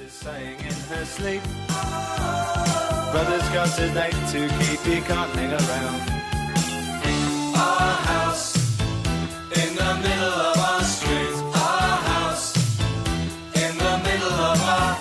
saying in her sleep, brother's got his date to keep, he can't hang around. Our house in the middle of our street, our house in the middle of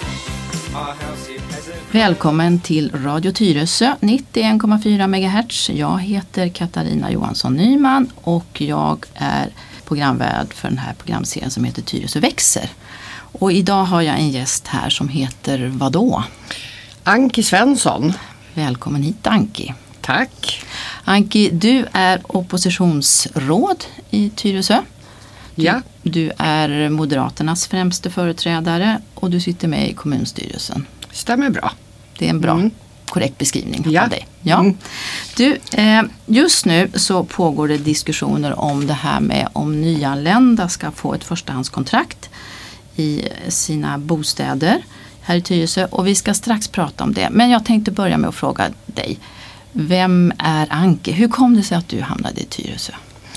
our house. Välkommen till Radio Tyresö 91,4 MHz. Jag heter Katarina Johansson Nyman och jag är programvärd för den här programserien som heter Tyresö växer. Och idag har jag en gäst här som heter vadå? Anki Svensson. Välkommen hit, Anki. Tack. Anki, du är oppositionsråd i Tyresö. Ja. Du är Moderaternas främste företrädare och du sitter med i kommunstyrelsen. Stämmer bra. Det är en bra, korrekt beskrivning av dig. Ja. Mm. Du, just nu så pågår det diskussioner om det här med om nyanlända ska få ett förstahandskontrakt i sina bostäder här i Tyresö. Och vi ska strax prata om det. Men jag tänkte börja med att fråga dig. Vem är Anki? Hur kom det sig att du hamnade i Tyresö?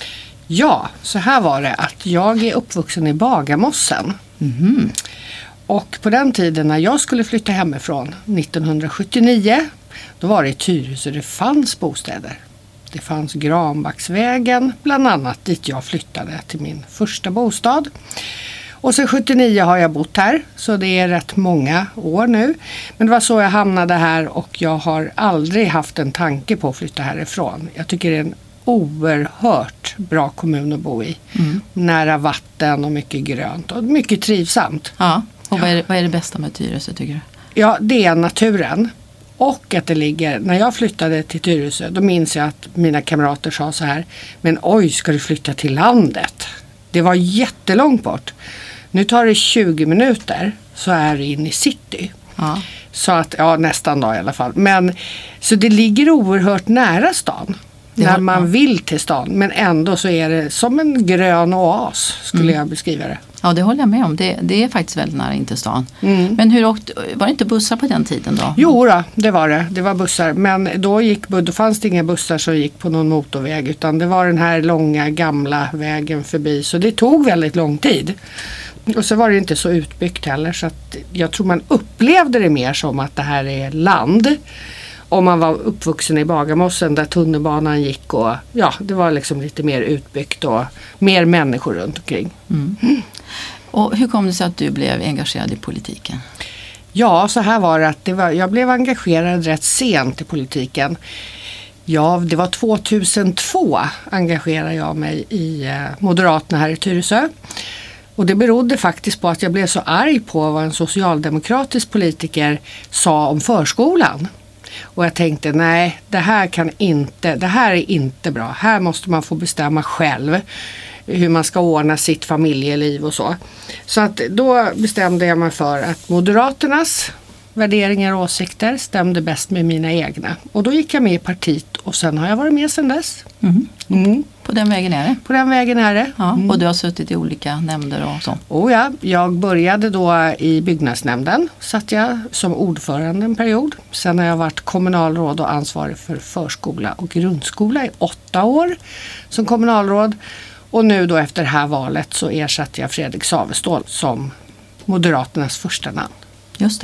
Ja, så här var det att jag är uppvuxen i Bagarmossen. Mm. Och på den tiden när jag skulle flytta hemifrån 1979, då var det i Tyresö det fanns bostäder. Det fanns Granbacksvägen, bland annat dit jag flyttade till min första bostad. Och sen 79 har jag bott här, så det är rätt många år nu. Men det var så jag hamnade här och jag har aldrig haft en tanke på att flytta härifrån. Jag tycker det är en oerhört bra kommun att bo i. Mm. Nära vatten och mycket grönt och mycket trivsamt. Ja, och vad är det bästa med Tyresö tycker du? Ja, det är naturen. Och att det ligger, när jag flyttade till Tyresö, då minns jag att mina kamrater sa så här, men oj, ska du flytta till landet? Det var jättelångt bort. Nu tar det 20 minuter så är det in i city. Ja. Så att, ja nästan då i alla fall. Men, så det ligger oerhört nära stan. När man vill till stan. Men ändå så är det som en grön oas skulle jag beskriva det. Ja, det håller jag med om. Det är faktiskt väldigt nära in till stan. Mm. Men var det inte bussar på den tiden då? Jo då, det var det. Det var bussar. Men då fanns det inga bussar som gick på någon motorväg. Utan det var den här långa gamla vägen förbi. Så det tog väldigt lång tid. Och så var det inte så utbyggt heller. Så att jag tror man upplevde det mer som att det här är land. Om man var uppvuxen i Bagarmossen där tunnelbanan gick och ja, det var liksom lite mer utbyggt och mer människor runt omkring. Mm. Och hur kom det sig att du blev engagerad i politiken? Ja, så här var det att jag blev engagerad rätt sent i politiken. Ja, det var 2002 engagerade jag mig i Moderaterna här i Tyresö. Och det berodde faktiskt på att jag blev så arg på vad en socialdemokratisk politiker sa om förskolan. Och jag tänkte, nej, det här är inte bra. Här måste man få bestämma själv hur man ska ordna sitt familjeliv och så. Så att då bestämde jag mig för att Moderaternas värderingar och åsikter stämde bäst med mina egna. Och då gick jag med i partiet och sen har jag varit med sedan dess. Mm. Mm. På den vägen är det? På den vägen är det. Ja, och du har suttit i olika nämnder och så? Oh ja, jag började då i byggnadsnämnden. Satt jag som ordförande en period. Sen har jag varit kommunalråd och ansvarig för förskola och grundskola i 8 år som kommunalråd. Och nu då efter det här valet så ersatte jag Fredrik Savestål som Moderaternas första namn. Just det.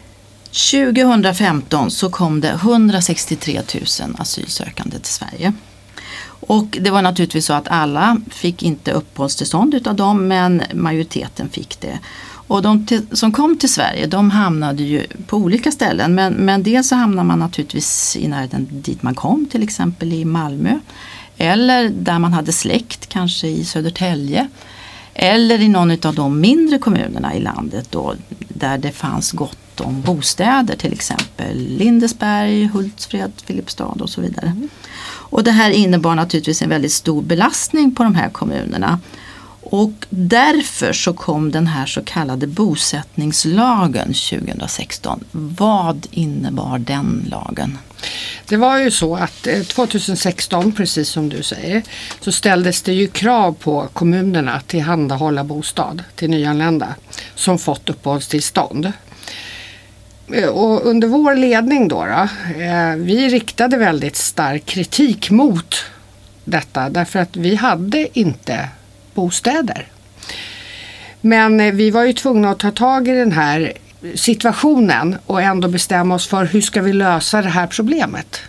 2015 så kom det 163 000 asylsökande till Sverige. Och det var naturligtvis så att alla fick inte uppehållstillstånd utav dem, men majoriteten fick det. Och de som kom till Sverige, de hamnade ju på olika ställen. Men dels så hamnade man naturligtvis i närheten dit man kom, till exempel i Malmö. Eller där man hade släkt, kanske i Södertälje. Eller i någon av de mindre kommunerna i landet då, där det fanns gott om bostäder, till exempel Lindesberg, Hultsfred, Filipstad och så vidare. Och det här innebar naturligtvis en väldigt stor belastning på de här kommunerna. Och därför så kom den här så kallade bosättningslagen 2016. Vad innebar den lagen? Det var ju så att 2016, precis som du säger, så ställdes det ju krav på kommunerna att tillhandahålla bostad till nyanlända som fått uppehållstillstånd. Och under vår ledning då, vi riktade väldigt stark kritik mot detta därför att vi hade inte bostäder. Men vi var ju tvungna att ta tag i den här situationen och ändå bestämma oss för hur ska vi lösa det här problemet.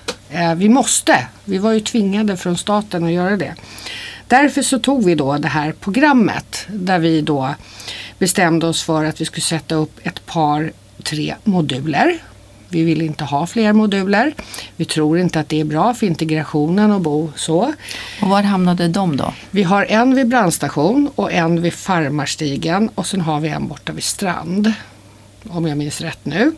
Vi var ju tvingade från staten att göra det. Därför så tog vi då det här programmet där vi då bestämde oss för att vi skulle sätta upp 3 moduler. Vi vill inte ha fler moduler. Vi tror inte att det är bra för integrationen att bo så. Och var hamnade de då? Vi har en vid brandstation och en vid Farmarstigen och sen har vi en borta vid Strand. Om jag minns rätt nu.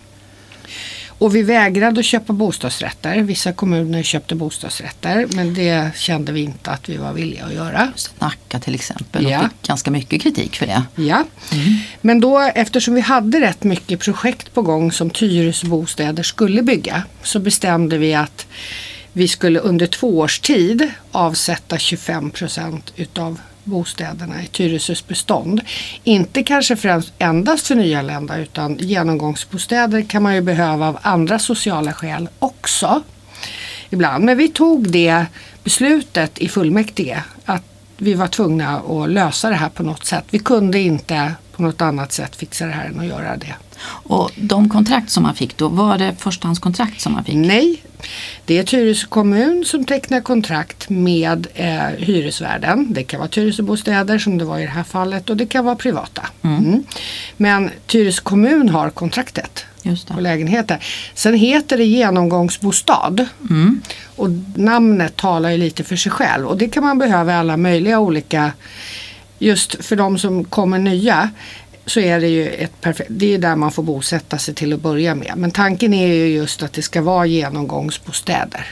Och vi vägrade att köpa bostadsrätter. Vissa kommuner köpte bostadsrätter men det kände vi inte att vi var villiga att göra. Nacka till exempel och fick ganska mycket kritik för det. Ja, men då eftersom vi hade rätt mycket projekt på gång som Tyresö bostäder skulle bygga så bestämde vi att vi skulle under 2 års tid avsätta 25% utav bostäderna i Tyresös bestånd. Inte kanske främst endast för nyanlända utan genomgångsbostäder kan man ju behöva av andra sociala skäl också ibland. Men vi tog det beslutet i fullmäktige att vi var tvungna att lösa det här på något sätt. Vi kunde inte på något annat sätt fixa det här än att göra det. Och de kontrakt som man fick då, var det förstahandskontrakt som man fick? Nej, det är Tyresö kommun som tecknar kontrakt med hyresvärden. Det kan vara Tyresö bostäder som det var i det här fallet och det kan vara privata. Men Tyresö kommun har kontraktet på lägenheter. Sen heter det genomgångsbostad och namnet talar ju lite för sig själv och det kan man behöva alla möjliga olika, just för de som kommer nya. Så är det ju det är där man får bosätta sig till att börja med. Men tanken är ju just att det ska vara genomgångsbostäder.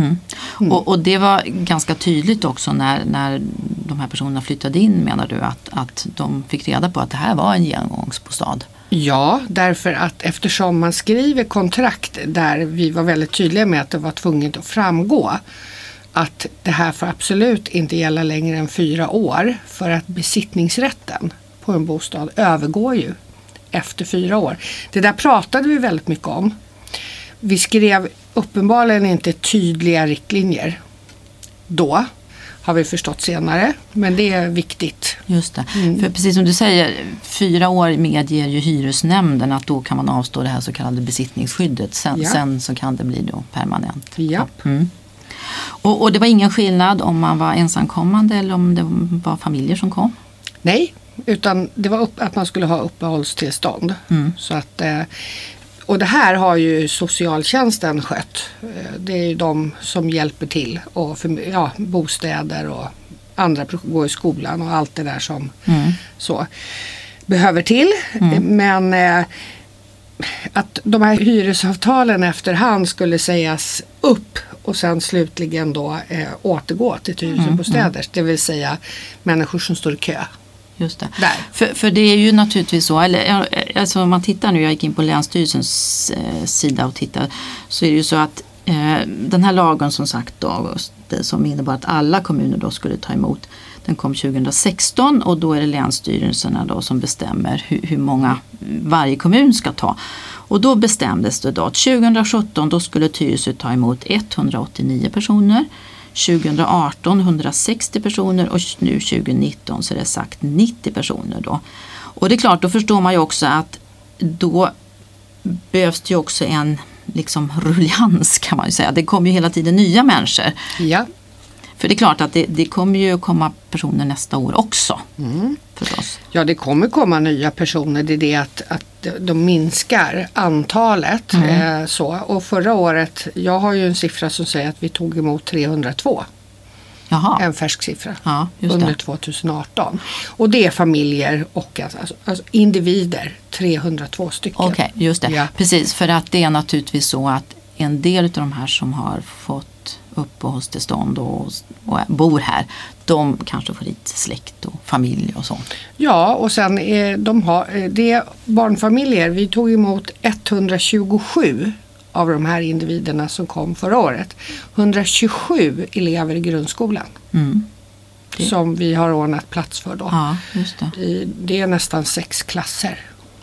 Och det var ganska tydligt också när de här personerna flyttade in, menar du, att de fick reda på att det här var en genomgångsbostad? Ja, därför att eftersom man skriver kontrakt där vi var väldigt tydliga med att det var tvunget att framgå att det här får absolut inte gälla längre än 4 år för att besittningsrätten på en bostad övergår ju efter 4 år. Det där pratade vi väldigt mycket om. Vi skrev uppenbarligen inte tydliga riktlinjer då, har vi förstått senare, men det är viktigt. Just det, för precis som du säger, 4 år medger ju hyresnämnden att då kan man avstå det här så kallade besittningsskyddet. Sen så kan det bli då permanent. Ja. Och det var ingen skillnad om man var ensamkommande eller om det var familjer som kom? Nej, utan det var att man skulle ha uppehållstillstånd. Så att, och det här har ju socialtjänsten skött. Det är ju de som hjälper till och bostäder och andra går i skolan och allt det där som så behöver till. Men att de här hyresavtalen efterhand skulle sägas upp och sen slutligen då återgå till Tyresö bostäder. Det vill säga människor som står i kö. Just det. För det är ju naturligtvis så, alltså om man tittar nu, jag gick in på Länsstyrelsens sida och tittar, så är det ju så att den här lagen som sagt då, som innebar att alla kommuner då skulle ta emot, den kom 2016 och då är det länsstyrelserna då som bestämmer hur många varje kommun ska ta. Och då bestämdes det då att 2017 då skulle Tyresö ta emot 189 personer. 2018 160 personer och nu 2019 så är det sagt 90 personer då. Och det är klart, då förstår man ju också att då behövs det ju också en liksom ruljans, kan man ju säga. Det kommer ju hela tiden nya människor. Ja. För det är klart att det kommer ju komma personer nästa år också. Förstås. Ja, det kommer komma nya personer. Det är det att de minskar antalet. Så. Och förra året, jag har ju en siffra som säger att vi tog emot 302. Jaha. En färsk siffra under 2018. Och det är familjer och alltså individer, 302 stycken. Okej, just det. Ja. Precis, för att det är naturligtvis så att en del av de här som har fått uppehållstillstånd och bor här, de kanske får hit släkt och familj och sånt. Ja, och sen det är barnfamiljer. Vi tog emot 127 av de här individerna som kom förra året. 127 elever i grundskolan. Som vi har ordnat plats för då. Ja, just det. Det är nästan 6 klasser.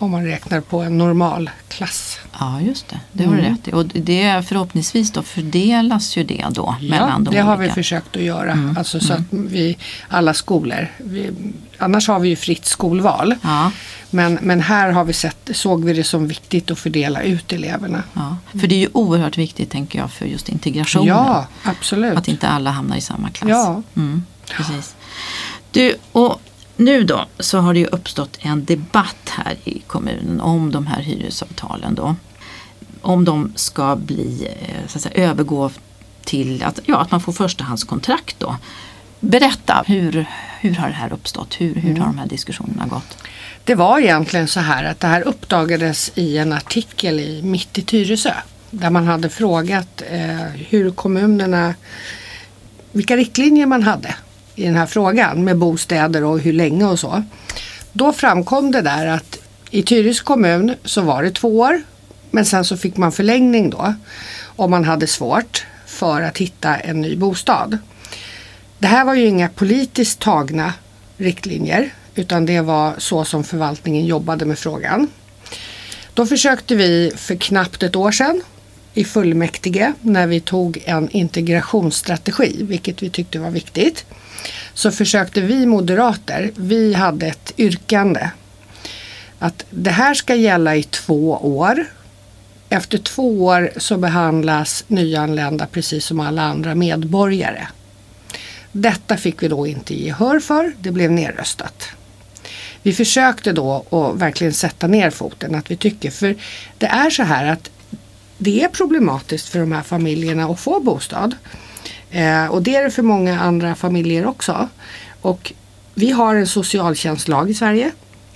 om man räknar på en normal klass. Ja, just det. Det har du rätt i. Och det förhoppningsvis då fördelas ju det då mellan de olika. Ja, det har vi försökt att göra. Alltså så att alla skolor. Annars har vi ju fritt skolval. Ja. Men här såg vi det som viktigt att fördela ut eleverna. Ja, för det är ju oerhört viktigt, tänker jag, för just integrationen. Ja, absolut. Att inte alla hamnar i samma klass. Ja. Precis. Du, och nu då så har det ju uppstått en debatt här i kommunen om de här hyresavtalen då. Om de ska bli, så att säga, övergå till att man får förstahandskontrakt då. Berätta, hur har det här uppstått? Hur har de här diskussionerna gått? Det var egentligen så här att det här uppdagades i en artikel i Mitt i Tyresö. Där man hade frågat hur kommunerna, vilka riktlinjer man hade i den här frågan med bostäder och hur länge och så. Då framkom det där att i Tyresö kommun så var det 2 år. Men sen så fick man förlängning då om man hade svårt för att hitta en ny bostad. Det här var ju inga politiskt tagna riktlinjer, utan det var så som förvaltningen jobbade med frågan. Då försökte vi för knappt ett år sedan i fullmäktige, när vi tog en integrationsstrategi, vilket vi tyckte var viktigt, så försökte vi moderater, vi hade ett yrkande att det här ska gälla i 2 år. Efter 2 år så behandlas nyanlända precis som alla andra medborgare. Detta fick vi då inte gehör för, det blev nedröstat. Vi försökte då att verkligen sätta ner foten, att vi tycker, för det är så här att det är problematiskt för de här familjerna att få bostad. Och det är det för många andra familjer också. Och vi har en socialtjänstlag i Sverige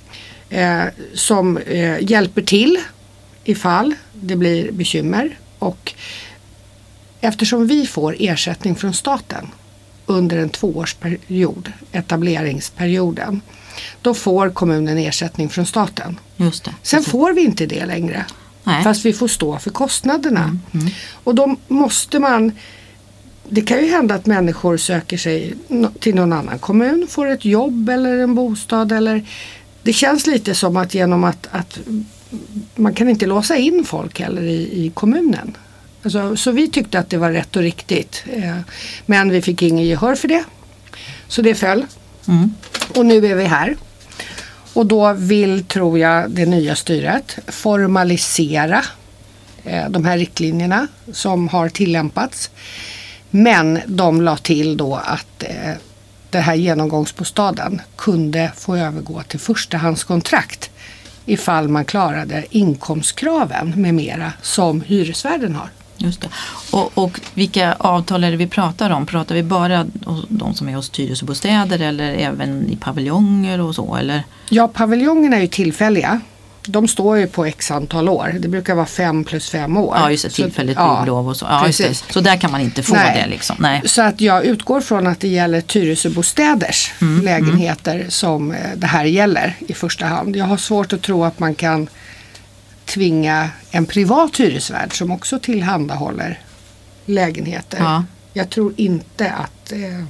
som hjälper till ifall det blir bekymmer. Och eftersom vi får ersättning från staten under en 2-årsperiod, etableringsperioden, då får kommunen ersättning från staten. Just det. Sen får vi inte det längre. Nej. Fast vi får stå för kostnaderna. Och då måste man, det kan ju hända att människor söker sig till någon annan kommun, får ett jobb eller en bostad, eller det känns lite som att genom att man kan inte låsa in folk heller i kommunen. Alltså, så vi tyckte att det var rätt och riktigt. Men vi fick ingen gehör för det. Så det föll. Och nu är vi här. Och då vill, tror jag, det nya styret formalisera de här riktlinjerna som har tillämpats. Men de la till då att det här genomgångsbostaden kunde få övergå till förstahandskontrakt ifall man klarade inkomstkraven med mera som hyresvärden har. Just det. Och vilka avtal är det vi pratar om? Pratar vi bara om de som är hos Tyresöbostäder eller även i paviljonger och så? Eller? Ja, paviljongerna är ju tillfälliga. De står ju på x antal år. Det brukar vara 5 + 5 år. Ja, just det. Tillfälligt bygglov och så. Ja, just det. Så där kan man inte få det liksom. Nej. Så att jag utgår från att det gäller Tyresöbostäders lägenheter som det här gäller i första hand. Jag har svårt att tro att man kan tvinga en privat hyresvärd som också tillhandahåller lägenheter. Ja. Jag tror inte att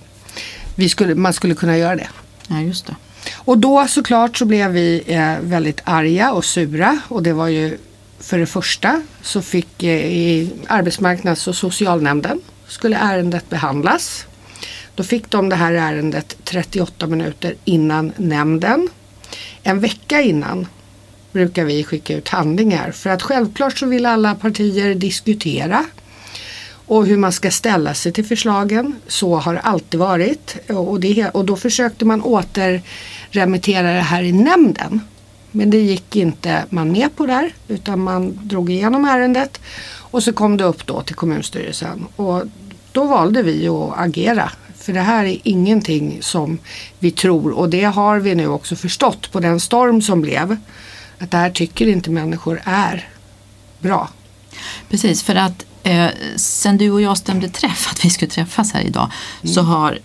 man skulle kunna göra det. Ja, just det. Och då såklart så blev vi väldigt arga och sura, och det var ju för det första så fick i arbetsmarknads- och socialnämnden skulle ärendet behandlas. Då fick de det här ärendet 38 minuter innan nämnden. En vecka innan brukar vi skicka ut handlingar, för att självklart så vill alla partier diskutera och hur man ska ställa sig till förslagen. Så har det alltid varit, och då försökte man återremittera det här i nämnden, men det gick inte man med på där, utan man drog igenom ärendet och så kom det upp då till kommunstyrelsen, och då valde vi att agera. För det här är ingenting som vi tror, och det har vi nu också förstått på den storm som blev, att det här tycker inte människor är bra. Precis, för att sen du och jag stämde träff, att vi skulle träffas här idag, så har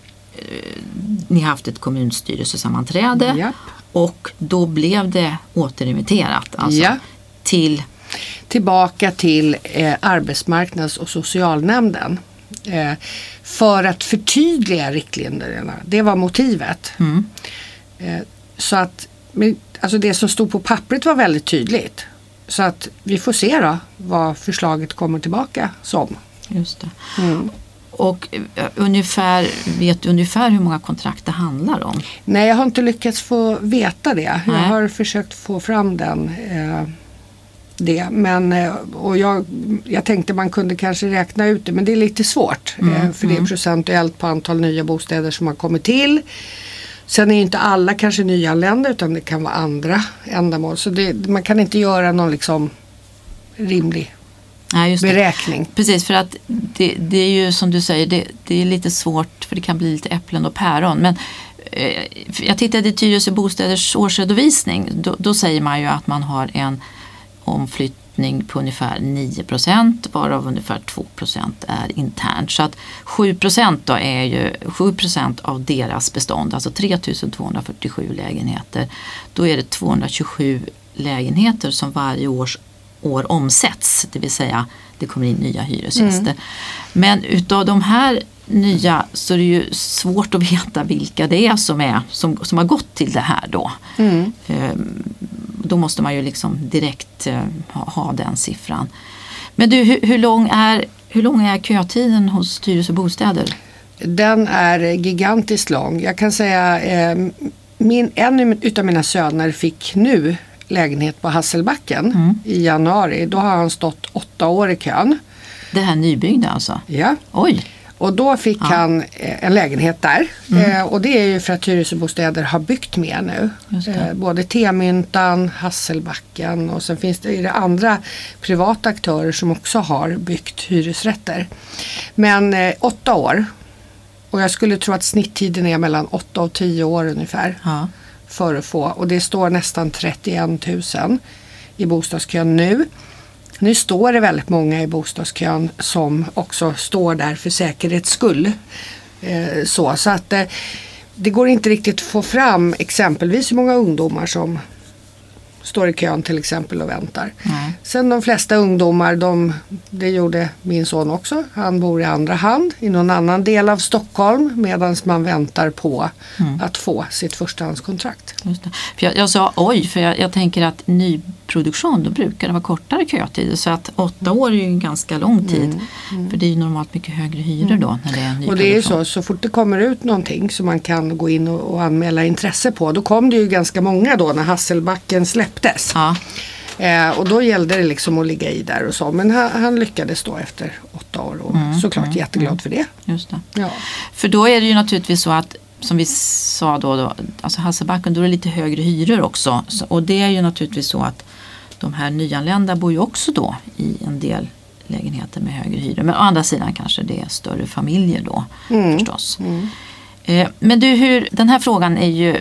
ni haft ett kommunstyrelsesammanträde. Japp. Och då blev det återremitterat alltså tillbaka till arbetsmarknads- och socialnämnden för att förtydliga riktlinjerna. Det var motivet. Så att alltså det som stod på pappret var väldigt tydligt. Så att vi får se då vad förslaget kommer tillbaka som. Just det. Och vet du ungefär hur många kontrakt det handlar om? Nej, jag har inte lyckats få veta det. Jag har försökt få fram det. Men, och jag tänkte man kunde kanske räkna ut det, men det är lite svårt. För det är procentuellt på antal nya bostäder som har kommit till. Sen är ju inte alla kanske nyanlända, utan det kan vara andra ändamål. Så man kan inte göra någon liksom rimlig beräkning. Precis, för att det är ju som du säger, det är lite svårt, för det kan bli lite äpplen och päron. Men jag tittade i Tyresö Bostäders årsredovisning. Då säger man ju att man har en omflyttning på ungefär 9%, varav ungefär 2% är internt. Så att 7% då är ju 7% av deras bestånd, alltså 3247 lägenheter. Då är det 227 lägenheter som varje år omsätts, det vill säga det kommer in nya hyresgäster. Men utav de här nya så är det ju svårt att veta vilka det är som har gått till det här då. Då måste man ju liksom direkt ha den siffran. Men du, hur lång är kötiden hos Tyresö Bostäder? Den är gigantiskt lång. Jag kan säga en utav mina söner fick nu lägenhet på Hasselbacken i januari. Då har han stått 8 år i kön. Det här nybyggda alltså? Ja. Oj. Och då fick han en lägenhet där. Och det är ju för att Tyresö Bostäder har byggt mer nu. Både T-myntan, Hasselbacken och sen finns det andra privata aktörer som också har byggt hyresrätter. Men 8 år. Och jag skulle tro att snitttiden är mellan 8 och 10 år ungefär. För att få. Och det står nästan 31 000 i bostadskön nu. Nu står det väldigt många i bostadskön som också står där för säkerhets skull. Så att det går inte riktigt att få fram exempelvis hur många ungdomar som står i kön till exempel och väntar. Sen de flesta ungdomar, det gjorde min son också. Han bor i andra hand i någon annan del av Stockholm medan man väntar på att få sitt förstahandskontrakt. Just det. För jag sa för jag tänker att nyproduktion, då brukar det vara kortare kötid. Så att 8 år är ju en ganska lång tid. För det är ju normalt mycket högre hyror då när det är nyproduktion. Och det är ju så fort det kommer ut någonting som man kan gå in och anmäla intresse på. Då kom det ju ganska många då när Hasselbacken släpptes. Och då gällde det liksom att ligga i där och så. Men han lyckades då efter 8 år och såklart jätteglad för det. Just det. Ja. För då är det ju naturligtvis så att, som vi sa då alltså Hasselbacken, då är det lite högre hyror också. Och det är ju naturligtvis så att de här nyanlända bor ju också då i en del lägenheter med högre hyror. Men å andra sidan kanske det är större familjer då förstås. Men du, den här frågan är ju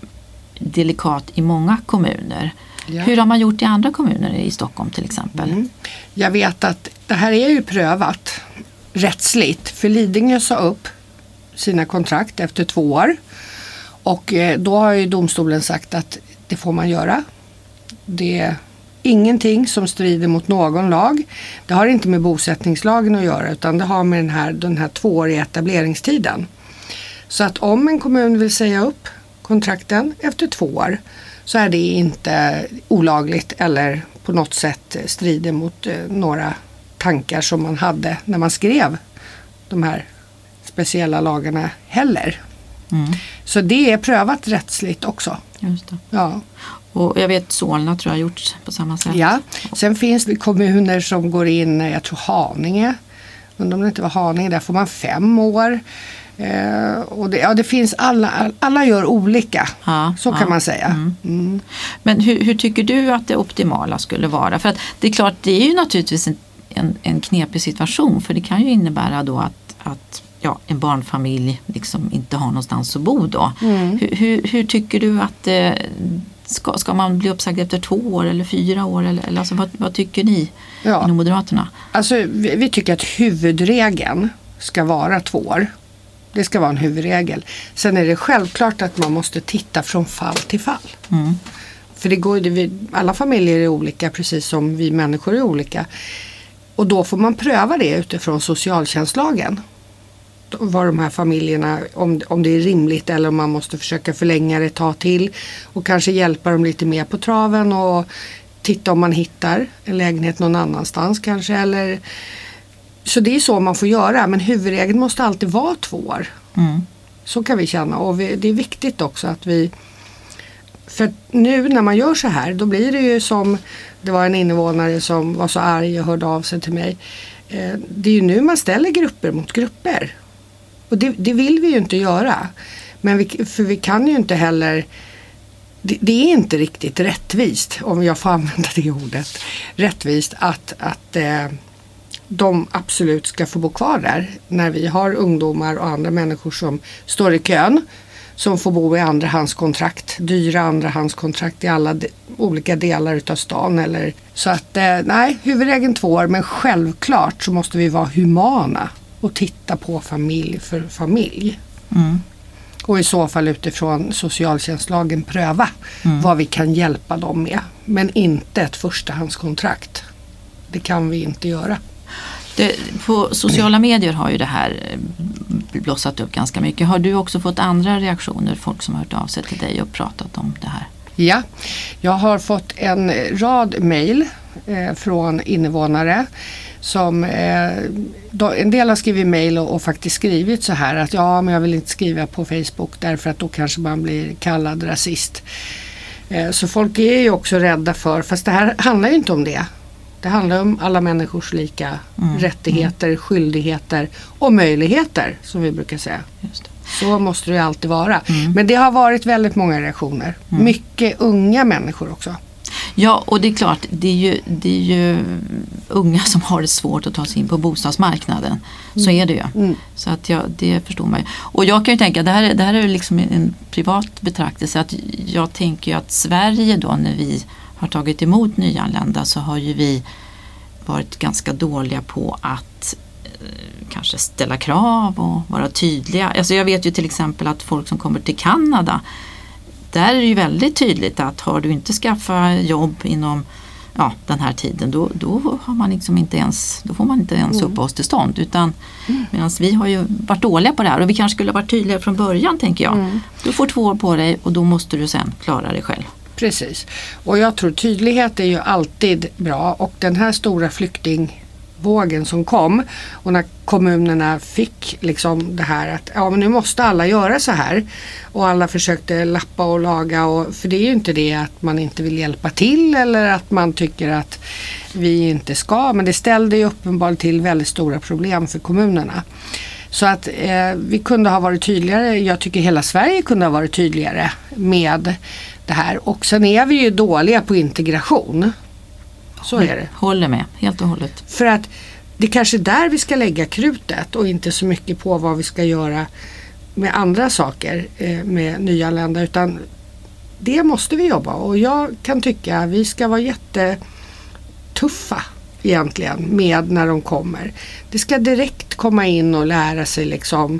delikat i många kommuner. Ja. Hur har man gjort i andra kommuner i Stockholm till exempel? Jag vet att det här är ju prövat rättsligt. För Lidingö sa upp sina kontrakt efter 2 år. Och då har ju domstolen sagt att det får man göra. Det är ingenting som strider mot någon lag. Det har inte med bosättningslagen att göra, utan det har med den här 2-åriga etableringstiden. Så att om en kommun vill säga upp kontrakten efter 2 år, så är det inte olagligt eller på något sätt strider mot några tankar som man hade när man skrev de här speciella lagarna heller. Så det är prövat rättsligt också. Just det. Ja. Och jag vet Solna tror jag har gjort på samma sätt. Ja, sen finns det kommuner som går in, jag tror Haninge, undrar om det inte var Haninge, där får man 5 år. Och det finns alla gör olika, så kan man säga. Men hur tycker du att det optimala skulle vara? För att det är klart, det är ju naturligtvis en knepig situation, för det kan ju innebära då att en barnfamilj liksom inte har någonstans att bo då. Hur tycker du att ska man bli uppsagd efter 2 år eller 4 år? Eller alltså, vad tycker ni inom Moderaterna? Alltså, vi tycker att huvudregeln ska vara 2 år. Det ska vara en huvudregel. Sen är det självklart att man måste titta från fall till fall. För alla familjer är olika, precis som vi människor är olika. Och då får man pröva det utifrån socialtjänstlagen. vad de här familjerna, om det är rimligt eller om man måste försöka förlänga det ett tag till och kanske hjälpa dem lite mer på traven och titta om man hittar en lägenhet någon annanstans kanske. Eller, så det är så man får göra, men huvudregeln måste alltid vara 2 år. Så kan vi känna, och det är viktigt också att vi, för nu när man gör så här, då blir det ju som, det var en invånare som var så arg och hörde av sig till mig. Det är ju nu man ställer grupper mot grupper. Och det vill vi ju inte göra. Men för vi kan ju inte heller, det är inte riktigt rättvist, om jag får använda det ordet, rättvist att de absolut ska få bo kvar där när vi har ungdomar och andra människor som står i kön, som får bo i andrahandskontrakt, dyra andrahandskontrakt i alla olika delar utav stan. Eller, så att nej, huvudregeln 2 år, men självklart så måste vi vara humana och titta på familj för familj. Och i så fall utifrån socialtjänstlagen pröva vad vi kan hjälpa dem med. Men inte ett förstahandskontrakt. Det kan vi inte göra. På sociala medier har ju det här blossat upp ganska mycket. Har du också fått andra reaktioner, folk som har hört av sig till dig och pratat om det här? Ja, jag har fått en rad mejl från invånare som en del har skrivit mejl och faktiskt skrivit så här att ja, men jag vill inte skriva på Facebook därför att då kanske man blir kallad rasist. Så folk är ju också rädda för, fast det här handlar ju inte om det. Det handlar om alla människors lika rättigheter, skyldigheter och möjligheter, som vi brukar säga. Just det. Så måste det alltid vara. Men det har varit väldigt många reaktioner. Mycket unga människor också. Ja, och det är klart, det är ju unga som har det svårt att ta sig in på bostadsmarknaden. Så är det ju. Så att det förstår man ju. Och jag kan ju tänka, det här är liksom en privat betraktelse, att jag tänker ju att Sverige då, när vi har tagit emot nyanlända, så har ju vi varit ganska dåliga på att kanske ställa krav och vara tydliga. Alltså jag vet ju till exempel att folk som kommer till Kanada, där är det ju väldigt tydligt att har du inte skaffat jobb inom den här tiden, då har man liksom inte ens, då får man inte ens uppehållstillstånd, utan medan vi har ju varit dåliga på det här, och vi kanske skulle ha varit tydliga från början, tänker jag. Du får 2 år på dig och då måste du sen klara dig själv. Precis. Och jag tror tydlighet är ju alltid bra, och den här stora flyktingvågen som kom, och när kommunerna fick liksom det här att men nu måste alla göra så här, och alla försökte lappa och laga, och för det är ju inte det att man inte vill hjälpa till eller att man tycker att vi inte ska, men det ställde ju uppenbarligen till väldigt stora problem för kommunerna. Så att vi kunde ha varit tydligare. Jag tycker hela Sverige kunde ha varit tydligare med det här. Och sen är vi ju dåliga på integration. Så är det. Håller med, helt och hållet. För att det är kanske där vi ska lägga krutet och inte så mycket på vad vi ska göra med andra saker med nyanlända, utan det måste vi jobba. Och jag kan tycka att vi ska vara jättetuffa egentligen med när de kommer. Det ska direkt komma in och lära sig liksom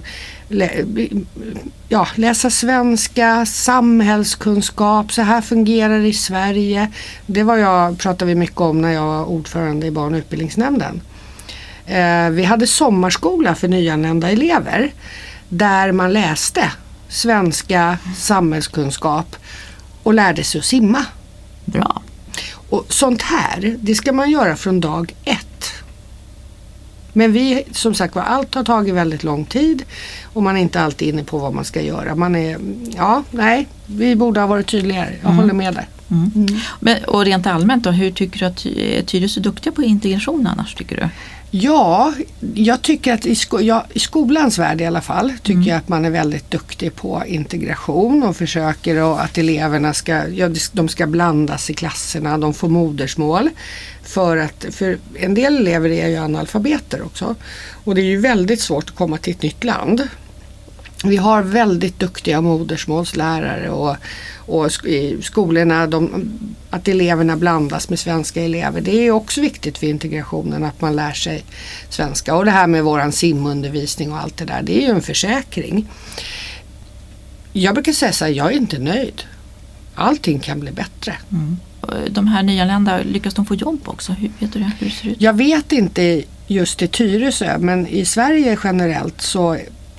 läsa svenska, samhällskunskap, så här fungerar det i Sverige. Det pratade vi mycket om när jag var ordförande i barn- och utbildningsnämnden. Vi hade sommarskola för nyanlända elever där man läste svenska, samhällskunskap och lärde sig att simma. Bra. Och sånt här, det ska man göra från dag 1. Men vi, som sagt, allt har tagit väldigt lång tid och man är inte alltid inne på vad man ska göra. Vi borde ha varit tydligare. Jag håller med där. Men, och rent allmänt då, hur tycker du att Tyresö är duktiga på integration annars, tycker du? Ja, jag tycker att i skolans värld i alla fall tycker jag att man är väldigt duktig på integration och försöker att eleverna ska blandas i klasserna, de får modersmål för en del elever är ju analfabeter också, och det är ju väldigt svårt att komma till ett nytt land. Vi har väldigt duktiga modersmålslärare och i skolorna att eleverna blandas med svenska elever. Det är också viktigt för integrationen att man lär sig svenska. Och det här med våran simundervisning och allt det där, det är ju en försäkring. Jag brukar säga så här, jag är inte nöjd. Allting kan bli bättre. De här nyanlända, lyckas de få jobb också? Vet du det? Hur ser det ut? Jag vet inte just i Tyresö, men i Sverige generellt så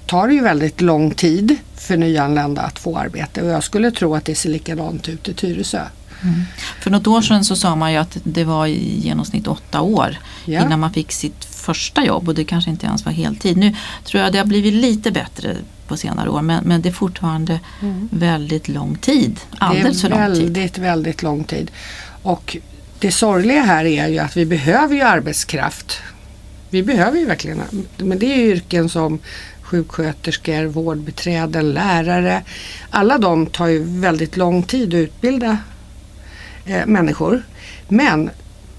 tar det ju väldigt lång tid för nyanlända att få arbete. Och jag skulle tro att det ser likadant ut i Tyresö. Mm. För något år sedan så sa man ju att det var i genomsnitt 8 år innan man fick sitt första jobb. Och det kanske inte ens var heltid. Nu tror jag det har blivit lite bättre på senare år. Men det är fortfarande väldigt lång tid. Alldeles för lång tid. Väldigt lång tid. Och det sorgliga här är ju att vi behöver ju arbetskraft. Vi behöver ju verkligen. Men det är ju yrken som sjuksköterskor, vårdbiträden, lärare. Alla de tar ju väldigt lång tid att utbilda människor. Men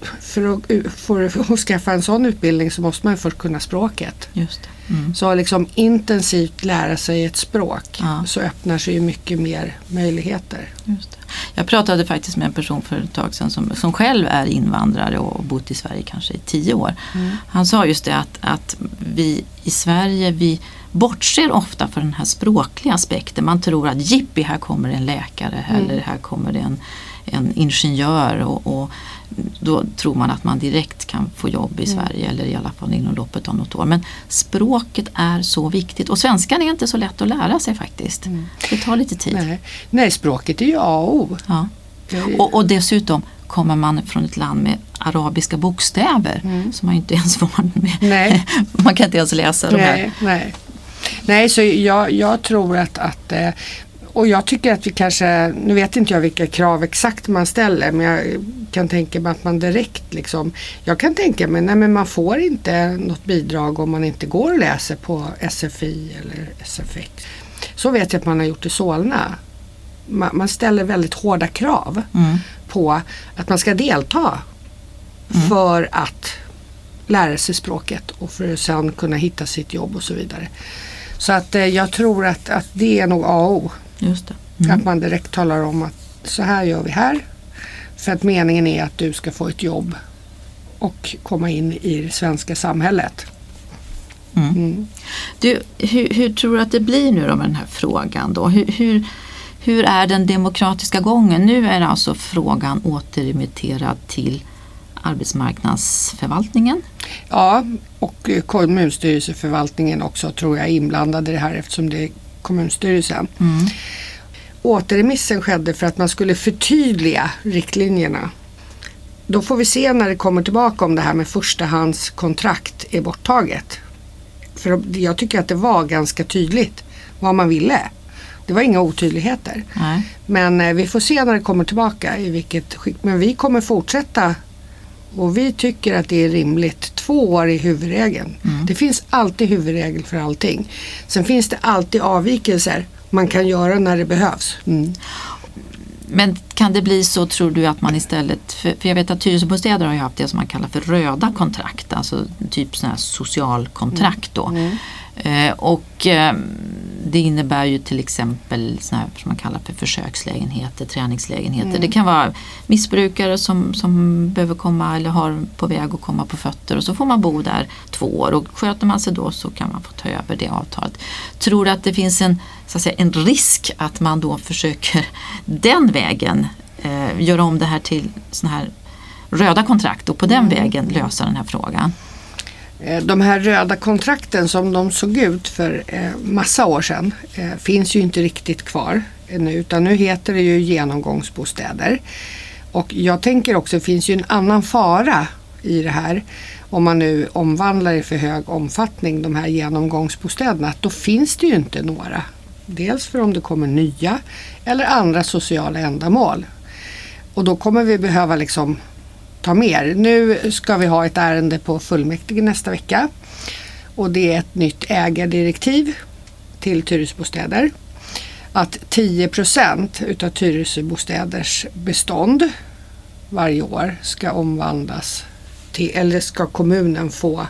för att skaffa en sån utbildning så måste man först kunna språket. Just det. Mm. Så liksom intensivt lära sig ett språk så öppnar sig ju mycket mer möjligheter. Just det. Jag pratade faktiskt med en person för ett tag sedan som själv är invandrare och bott i Sverige kanske i 10 år. Mm. Han sa just det att vi i Sverige, vi bortser ofta för den här språkliga aspekten. Man tror att jippi, här kommer en läkare eller här kommer det en ingenjör och då tror man att man direkt kan få jobb i Sverige eller i alla fall inom loppet av något år. Men språket är så viktigt och svenskan är inte så lätt att lära sig faktiskt. Det tar lite tid. Nej, språket är ju A och O. Ja. Och dessutom kommer man från ett land med arabiska bokstäver som man inte ens van med. Nej. Man kan inte ens läsa de här. Nej, så jag tror att och jag tycker att vi kanske, nu vet inte jag vilka krav exakt man ställer, men jag kan tänka mig att man direkt liksom, jag kan tänka mig, nej men man får inte något bidrag om man inte går och läser på SFI eller SFX. Så vet jag att man har gjort i Solna. Man ställer väldigt hårda krav på att man ska delta för att lära sig språket och för att sedan kunna hitta sitt jobb och så vidare. Så att jag tror att det är nog A och O. Just det. Att man direkt talar om att så här gör vi här. För att meningen är att du ska få ett jobb och komma in i det svenska samhället. Du, hur tror du att det blir nu då med den här frågan då? Hur är den demokratiska gången? Nu är alltså frågan återremitterad till arbetsmarknadsförvaltningen. Ja, och kommunstyrelseförvaltningen också tror jag är inblandad i det här eftersom det är kommunstyrelsen. Återremissen skedde för att man skulle förtydliga riktlinjerna. Då får vi se när det kommer tillbaka om det här med förstahandskontrakt är borttaget. För jag tycker att det var ganska tydligt vad man ville. Det var inga otydligheter. Nej. Men vi får se när det kommer tillbaka i vilket skick. Men vi kommer fortsätta och vi tycker att det är rimligt. 2 år i huvudregeln. Det finns alltid huvudregel för allting. Sen finns det alltid avvikelser man kan göra när det behövs. Men kan det bli så, tror du, att man istället, för jag vet att Tyresöbostäder har ju haft det som man kallar för röda kontrakt, alltså typ sådana här socialkontrakt då. Och det innebär ju till exempel sådana här som man kallar för försökslägenheter, träningslägenheter. Det kan vara missbrukare som behöver komma eller har på väg att komma på fötter och så får man bo där 2 år och sköter man sig då så kan man få ta över det avtalet. Tror du att det finns en risk att man då försöker den vägen göra om det här till sådana här röda kontrakt och på den vägen lösa den här frågan? De här röda kontrakten som de såg ut för massa år sedan finns ju inte riktigt kvar nu, utan nu heter det ju genomgångsbostäder. Och jag tänker också, det finns ju en annan fara i det här. Om man nu omvandlar i för hög omfattning de här genomgångsbostäderna, då finns det ju inte några. Dels för om det kommer nya eller andra sociala ändamål. Och då kommer vi behöva liksom ta mer. Nu ska vi ha ett ärende på fullmäktige nästa vecka. Och det är ett nytt ägardirektiv till Tyresöbostäder. Att 10% utav Tyresöbostäders bestånd varje år ska omvandlas till, eller ska kommunen få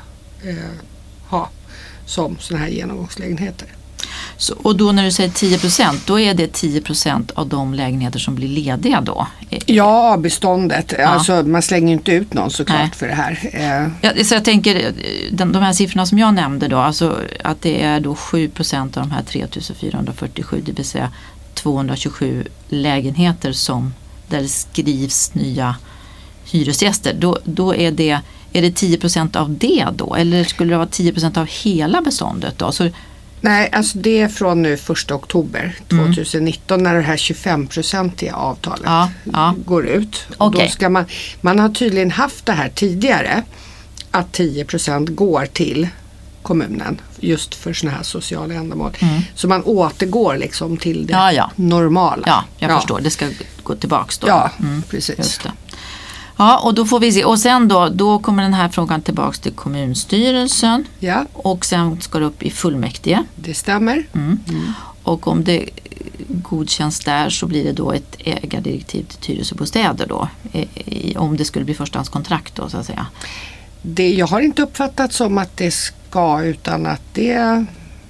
ha som sådana här genomgångslägenheter. Så, och då när du säger 10%, då är det 10% av de lägenheter som blir lediga då? Ja, beståndet. Ja. Alltså man slänger inte ut någon såklart för det här. Ja, så jag tänker, de här siffrorna som jag nämnde då, alltså att det är då 7% av de här 3447, det vill säga 227 lägenheter där det skrivs nya hyresgäster. Då är det 10% av det då? Eller skulle det vara 10% av hela beståndet då? Så Nej, alltså det är från nu 1 oktober 2019 när det här 25-procentiga avtalet går ut. Och då ska man har tydligen haft det här tidigare att 10% går till kommunen just för såna här sociala ändamål. Så man återgår liksom till det normala. Ja, jag förstår. Det ska gå tillbaks då. Ja, precis. Just det. Ja, och då får vi se. Och sen då kommer den här frågan tillbaks till kommunstyrelsen. Ja. Och sen ska det upp i fullmäktige. Det stämmer. Och om det godkänns där så blir det då ett ägardirektiv till Tyresöbostäder då. Om det skulle bli förstahandskontrakt då så att säga. Jag har inte uppfattat som att det ska, utan att det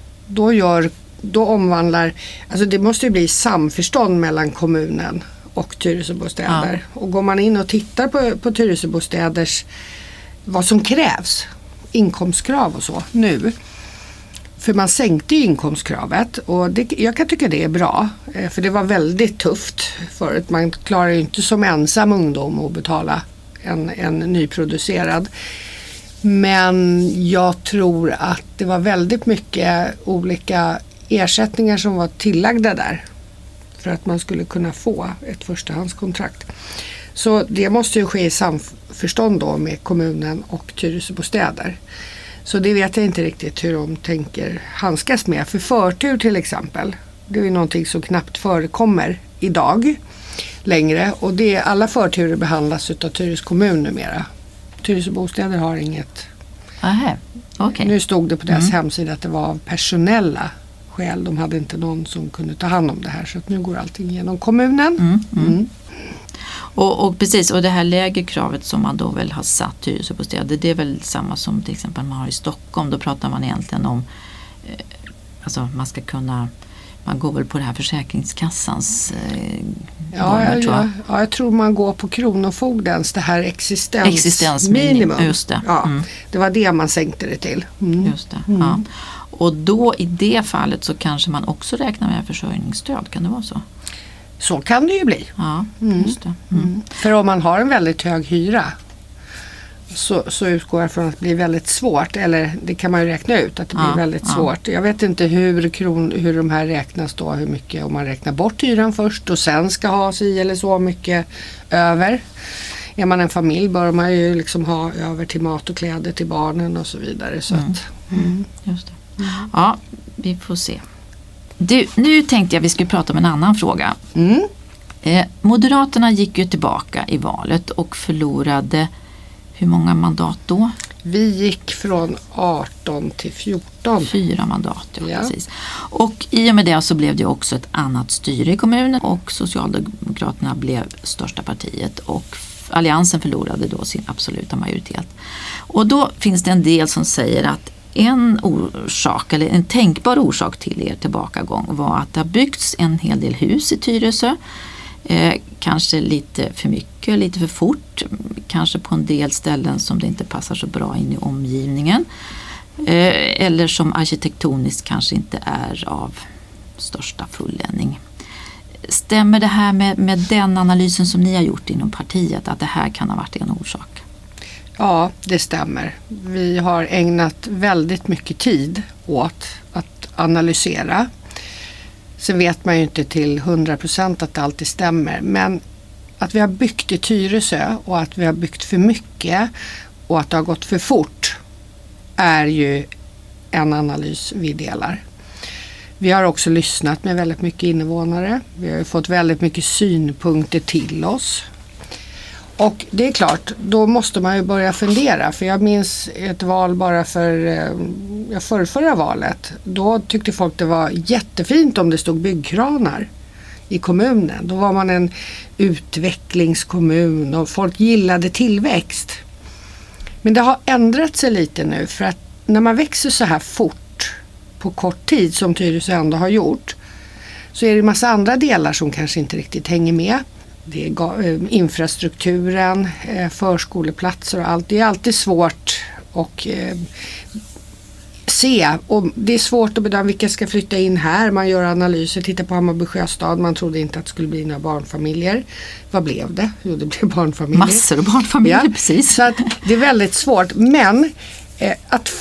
då omvandlar, alltså det måste ju bli samförstånd mellan kommunen och Tyresöbostäder. Ja. Och går man in och tittar på Tyresöbostäders vad som krävs, inkomstkrav och så nu. För man sänkte ju inkomstkravet och jag kan tycka det är bra. För det var väldigt tufft förut. Man klarar ju inte som ensam ungdom att betala en nyproducerad. Men jag tror att det var väldigt mycket olika ersättningar som var tillagda där för att man skulle kunna få ett förstahandskontrakt. Så det måste ju ske i samförstånd då med kommunen och Tyresöbostäder. Så det vet jag inte riktigt hur de tänker handskas med. För förtur till exempel, det är ju någonting som knappt förekommer idag längre. Och alla förturer behandlas utav Tyresö kommun numera. Tyresöbostäder har inget. Aha, okay. Nu stod det på deras hemsida att det var av personella skäl. De hade inte någon som kunde ta hand om det här. Så att nu går allting genom kommunen. Och precis, och det här lägre kravet som man då väl har satt Tyresöbostäder, det är väl samma som till exempel man har i Stockholm. Då pratar man egentligen om alltså man ska kunna, man går väl på det här Försäkringskassans normer, tror jag. Ja, jag tror man går på Kronofogdens, det här existensminimum. Just det. Ja, det var det man sänkte det till. Just det, ja. Och då i det fallet så kanske man också räknar med försörjningsstöd, kan det vara så? Så kan det ju bli. Ja, just det. För om man har en väldigt hög hyra så utgår jag från att det blir väldigt svårt. Eller det kan man ju räkna ut att det blir väldigt svårt. Jag vet inte hur de här räknas då. Hur mycket, om man räknar bort hyran först och sen ska ha sig eller så mycket över. Är man en familj bör man ju liksom ha över till mat och kläder till barnen och så vidare. Så att, just det. Ja, vi får se. Du, nu tänkte jag vi skulle prata om en annan fråga. Moderaterna gick ju tillbaka i valet och förlorade hur många mandat då? Vi gick från 18 till 14. 4 mandat, ja. Precis. Och i och med det så blev det också ett annat styre i kommunen och Socialdemokraterna blev största partiet och Alliansen förlorade då sin absoluta majoritet. Och då finns det en del som säger att en orsak, eller en tänkbar orsak till er tillbakagång var att det har byggts en hel del hus i Tyresö. Kanske lite för mycket, lite för fort. Kanske på en del ställen som det inte passar så bra in i omgivningen. Eller som arkitektoniskt kanske inte är av största fulländning. Stämmer det här med den analysen som ni har gjort inom partiet, att det här kan ha varit en orsak? Ja, det stämmer. Vi har ägnat väldigt mycket tid åt att analysera. Sen vet man ju inte till 100% att det alltid stämmer. Men att vi har byggt i Tyresö och att vi har byggt för mycket och att det har gått för fort är ju en analys vi delar. Vi har också lyssnat med väldigt mycket invånare. Vi har fått väldigt mycket synpunkter till oss. Och det är klart, då måste man ju börja fundera. För jag minns ett val bara förra valet. Då tyckte folk det var jättefint om det stod byggkranar i kommunen. Då var man en utvecklingskommun och folk gillade tillväxt. Men det har ändrat sig lite nu, för att när man växer så här fort på kort tid som Tyresö ändå har gjort, så är det en massa andra delar som kanske inte riktigt hänger med. Det är infrastrukturen, förskoleplatser och allt. Det är alltid svårt att se. Och det är svårt att bedöma vilka ska flytta in här. Man gör analyser, tittar på Hammarby Sjöstad. Man trodde inte att det skulle bli några barnfamiljer. Vad blev det? Jo, det blev barnfamiljer. Massor av barnfamiljer, precis. Så att det är väldigt svårt. Men att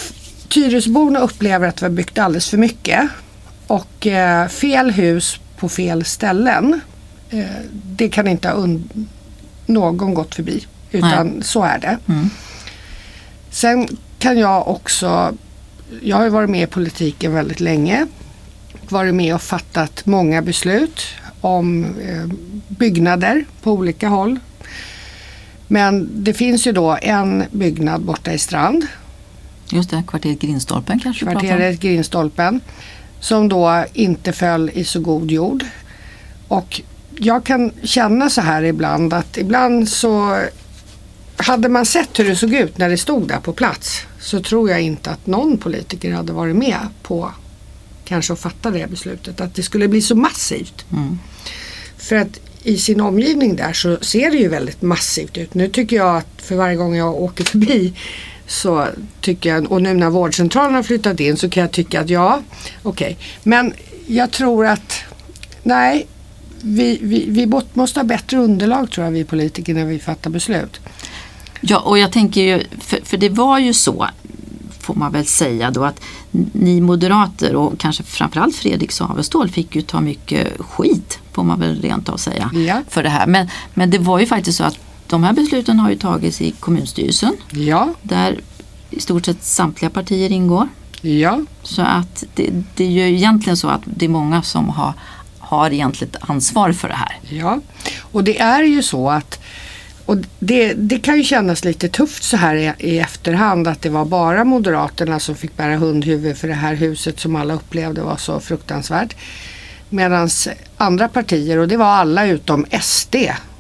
Tyresöborna upplever att vi har byggt alldeles för mycket och fel hus på fel ställen. Det kan inte ha någon gått förbi, utan så är det. Sen kan jag också, jag har ju varit med i politiken väldigt länge, varit med och fattat många beslut om byggnader på olika håll. Men det finns ju då en byggnad borta i Strand. Just det, kvarteret Grindstolpen kanske. Kvarteret Grindstolpen som då inte föll i så god jord. Och jag kan känna så här ibland att ibland så hade man sett hur det såg ut när det stod där på plats, så tror jag inte att någon politiker hade varit med på kanske att fatta det beslutet, att det skulle bli så massivt. För att i sin omgivning där så ser det ju väldigt massivt ut. Nu tycker jag att för varje gång jag åker förbi så tycker jag, och nu när vårdcentralen har flyttat in så kan jag tycka att ja, okej. Men jag tror att nej, vi måste ha bättre underlag, tror jag, vi politiker, när vi fattar beslut. Ja, och jag tänker ju, för det var ju så, får man väl säga då, att ni moderater och kanske framförallt Fredrik Savestål fick ju ta mycket skit, får man väl rent av säga, för det här. Men det var ju faktiskt så att de här besluten har ju tagits i kommunstyrelsen, där i stort sett samtliga partier ingår. Ja. Så att det är ju egentligen så att det är många som har egentligen ansvar för det här. Ja, och det är ju så att, och det kan ju kännas lite tufft så här i efterhand, att det var bara Moderaterna som fick bära hundhuvud för det här huset som alla upplevde var så fruktansvärt. Medan andra partier, och det var alla utom SD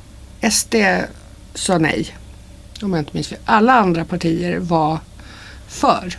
sa nej. Om jag inte minns fel. Alla andra partier var för.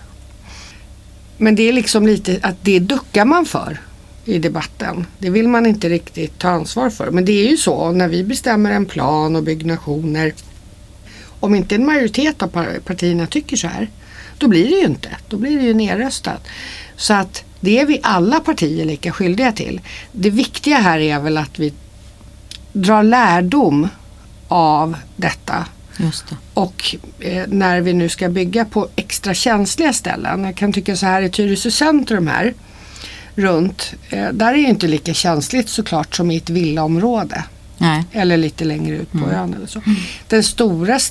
Men det är liksom lite att det duckar man för i debatten. Det vill man inte riktigt ta ansvar för. Men det är ju så, när vi bestämmer en plan och byggnationer, om inte en majoritet av partierna tycker så här, då blir det ju inte. Då blir det ju nedröstat. Så att det är vi alla partier lika skyldiga till. Det viktiga här är väl att vi drar lärdom av detta. Just det. Och när vi nu ska bygga på extra känsliga ställen, jag kan tycka så här i Tyresö centrum här runt, där är det inte lika känsligt såklart som i ett villaområde. Nej. Eller lite längre ut på ön eller så. Den stora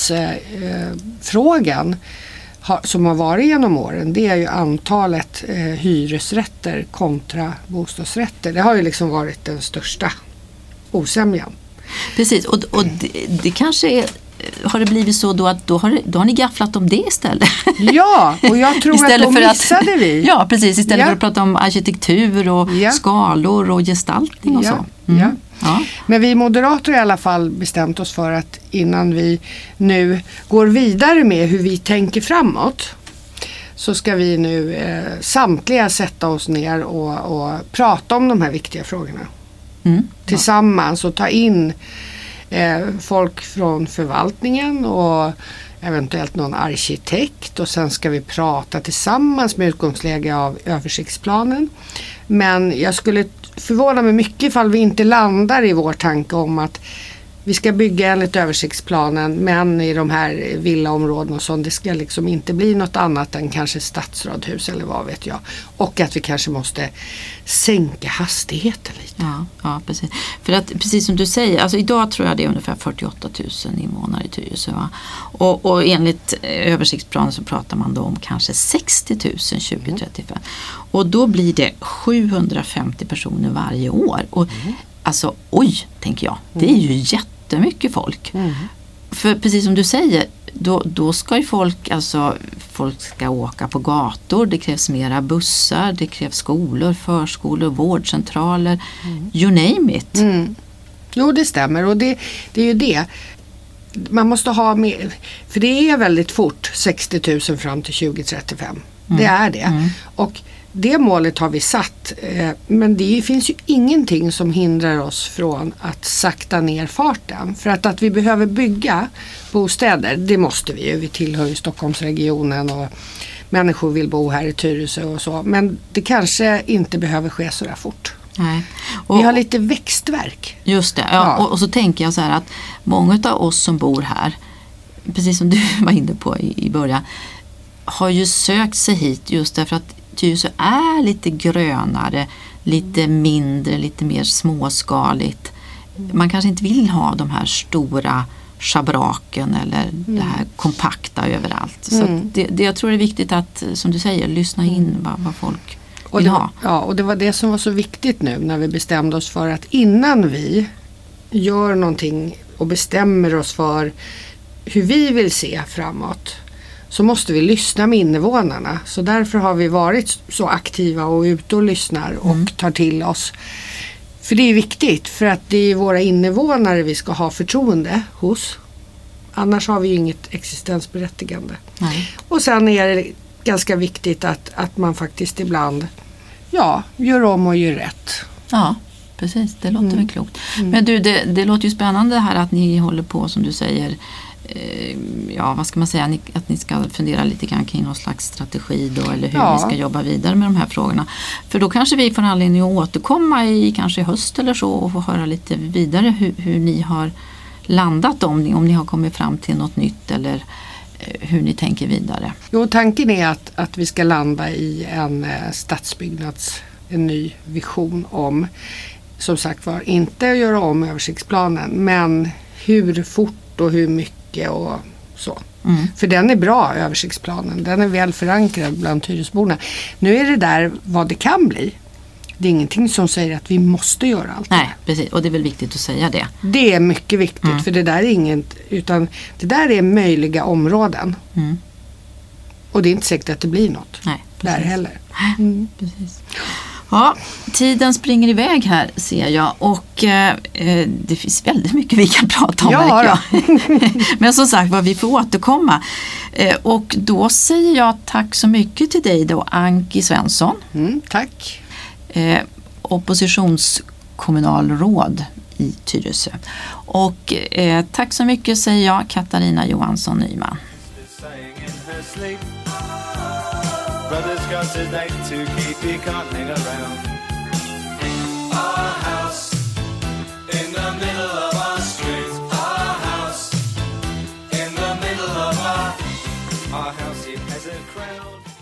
stridsfrågan som har varit genom åren, det är ju antalet hyresrätter kontra bostadsrätter. Det har ju liksom varit den största osämjan. Precis, och det kanske är, har det blivit så då att då har ni gafflat om det istället? Ja, och jag tror att då missade vi. Ja, precis. Istället för att prata om arkitektur och skalor och gestaltning och så. Ja. Men vi moderater har i alla fall bestämt oss för att innan vi nu går vidare med hur vi tänker framåt, så ska vi nu samtliga sätta oss ner och prata om de här viktiga frågorna. Tillsammans och ta in folk från förvaltningen och eventuellt någon arkitekt, och sen ska vi prata tillsammans med utgångsläge av översiktsplanen. Men jag skulle förvåna mig mycket ifall vi inte landar i vår tanke om att vi ska bygga enligt översiktsplanen, men i de här villaområdena och sånt, det ska liksom inte bli något annat än kanske stadsradhus eller vad vet jag. Och att vi kanske måste sänka hastigheten lite. Ja, precis. För att precis som du säger, alltså idag tror jag det är ungefär 48 000 invånare i Tyresö. Va? Och enligt översiktsplanen så pratar man då om kanske 60 000 2035. Och då blir det 750 personer varje år. Och alltså, oj, tänker jag. Det är ju jättemycket folk. För precis som du säger, då ska ju folk ska åka på gator. Det krävs mera bussar, det krävs skolor, förskolor, vårdcentraler. You name it. Jo, det stämmer. Och det är ju det. Man måste ha med, för det är väldigt fort 60 000 fram till 2035. Det är det. Och det målet har vi satt, men det finns ju ingenting som hindrar oss från att sakta ner farten. För att vi behöver bygga bostäder, det måste vi ju. Vi tillhör ju Stockholmsregionen och människor vill bo här i Tyresö och så. Men det kanske inte behöver ske så där fort. Nej. Vi har lite växtverk. Just det, och så tänker jag så här att många av oss som bor här, precis som du var inne på i början, har ju sökt sig hit just därför att Tyresö är lite grönare, lite mindre, lite mer småskaligt. Man kanske inte vill ha de här stora schabraken eller det här kompakta överallt. Så att jag tror det är viktigt att, som du säger, lyssna in vad folk vill ha. Ja, och det var det som var så viktigt nu när vi bestämde oss för att innan vi gör någonting och bestämmer oss för hur vi vill se framåt, så måste vi lyssna med invånarna. Så därför har vi varit så aktiva och ute och lyssnar och tar till oss. För det är viktigt, för att det är våra invånare vi ska ha förtroende hos. Annars har vi ju inget existensberättigande. Nej. Och sen är det ganska viktigt att man faktiskt ibland gör om och gör rätt. Ja, precis. Det låter väl klokt. Men du, det låter ju spännande det här att ni håller på, som du säger, vad ska man säga, att ni ska fundera lite grann kring någon slags strategi då, eller hur ni ska jobba vidare med de här frågorna. För då kanske vi får anledning att återkomma kanske i höst eller så och få höra lite vidare hur ni har landat, om ni har kommit fram till något nytt eller hur ni tänker vidare. Jo, tanken är att vi ska landa i en ny vision om, som sagt var, inte att göra om översiktsplanen, men hur fort och hur mycket och så. För den är bra, översiktsplanen. Den är väl förankrad bland Tyresöborna. Nu är det där vad det kan bli. Det är ingenting som säger att vi måste göra allt. Nej, precis. Och det är väl viktigt att säga det. Det är mycket viktigt, för det där är inget, utan det där är möjliga områden. Och det är inte säkert att det blir något. Nej, där heller. Precis. Ja, tiden springer iväg här, ser jag, och det finns väldigt mycket vi kan prata om. Ja, men som sagt, vi får återkomma. Och då säger jag tack så mycket till dig då, Anki Svensson. Tack. Oppositionskommunalråd i Tyresö. Och tack så mycket säger jag, Katarina Johansson Nyman. Brothers got a date to keep, he can't hang around. Our house in the middle of our street. Our house in the middle of our house, it has a crowd.